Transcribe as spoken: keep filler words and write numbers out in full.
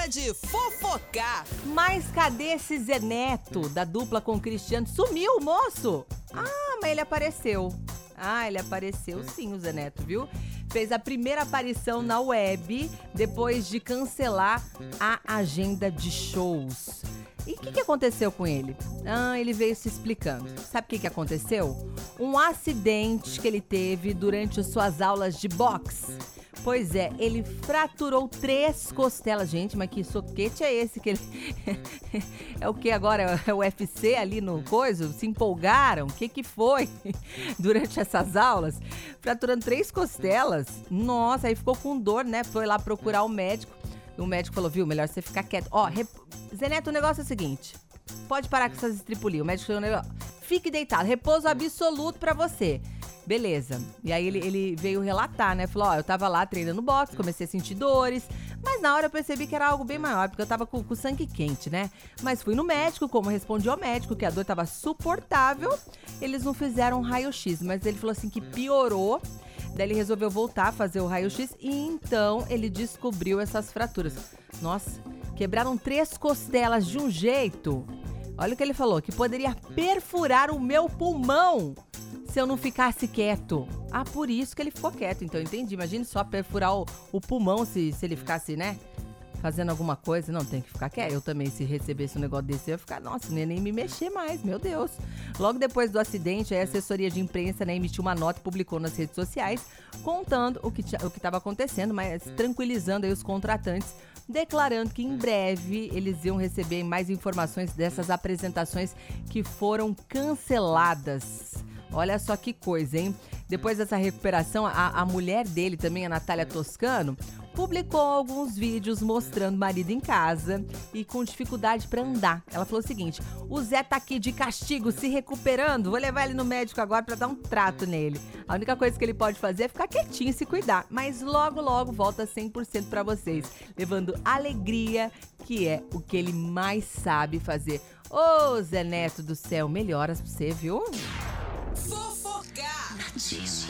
hora de fofocar. Mas cadê esse Zé Neto da dupla com o Cristiano? Sumiu o moço? Ah, mas ele apareceu. Ah, ele apareceu sim, o Zé Neto, viu? Fez a primeira aparição na web depois de cancelar a agenda de shows. E o que, que aconteceu com ele? Ah, ele veio se explicando. Sabe o que, que aconteceu? Um acidente que ele teve durante suas aulas de boxe. Pois é, ele fraturou três costelas. Gente, mas que soquete é esse que ele... É o que agora? É o U F C ali no coisa? Se empolgaram? O que que foi durante essas aulas? Fraturando três costelas. Nossa, aí ficou com dor, né? Foi lá procurar o médico. E o médico falou, viu, melhor você ficar quieto. Ó, rep... Zé Neto, o negócio é o seguinte. Pode parar com essas estripulias. O médico falou, fique deitado, repouso absoluto pra você. Beleza. E aí ele, ele veio relatar, né? Falou, ó, eu tava lá treinando boxe, comecei a sentir dores, mas na hora eu percebi que era algo bem maior, porque eu tava com, com sangue quente, né? Mas fui no médico, como respondi ao médico, que a dor tava suportável, eles não fizeram um raio-x, mas ele falou assim que piorou, daí ele resolveu voltar a fazer o raio-x e então ele descobriu essas fraturas. Nossa, quebraram três costelas de um jeito, olha o que ele falou, que poderia perfurar o meu pulmão se eu não ficasse quieto. Ah, por isso que ele ficou quieto, então eu entendi. Imagine só perfurar o, o pulmão se, se ele ficasse, né, fazendo alguma coisa. Não, tem que ficar quieto. Eu também, se recebesse um negócio desse, eu ia ficar, nossa, não ia nem me mexer mais, meu Deus. Logo depois do acidente, a assessoria de imprensa, né, emitiu uma nota e publicou nas redes sociais, contando o que o que estava acontecendo, mas tranquilizando aí os contratantes, declarando que em breve eles iam receber mais informações dessas apresentações que foram canceladas. Olha só que coisa, hein? Depois dessa recuperação, a, a mulher dele também, a Natália Toscano, publicou alguns vídeos mostrando o marido em casa e com dificuldade pra andar. Ela falou o seguinte, o Zé tá aqui de castigo, se recuperando, vou levar ele no médico agora pra dar um trato nele. A única coisa que ele pode fazer é ficar quietinho e se cuidar, mas logo, logo volta cem por cento pra vocês, levando alegria, que é o que ele mais sabe fazer. Ô, Zé Neto do céu, melhoras pra você, viu? Fofocar.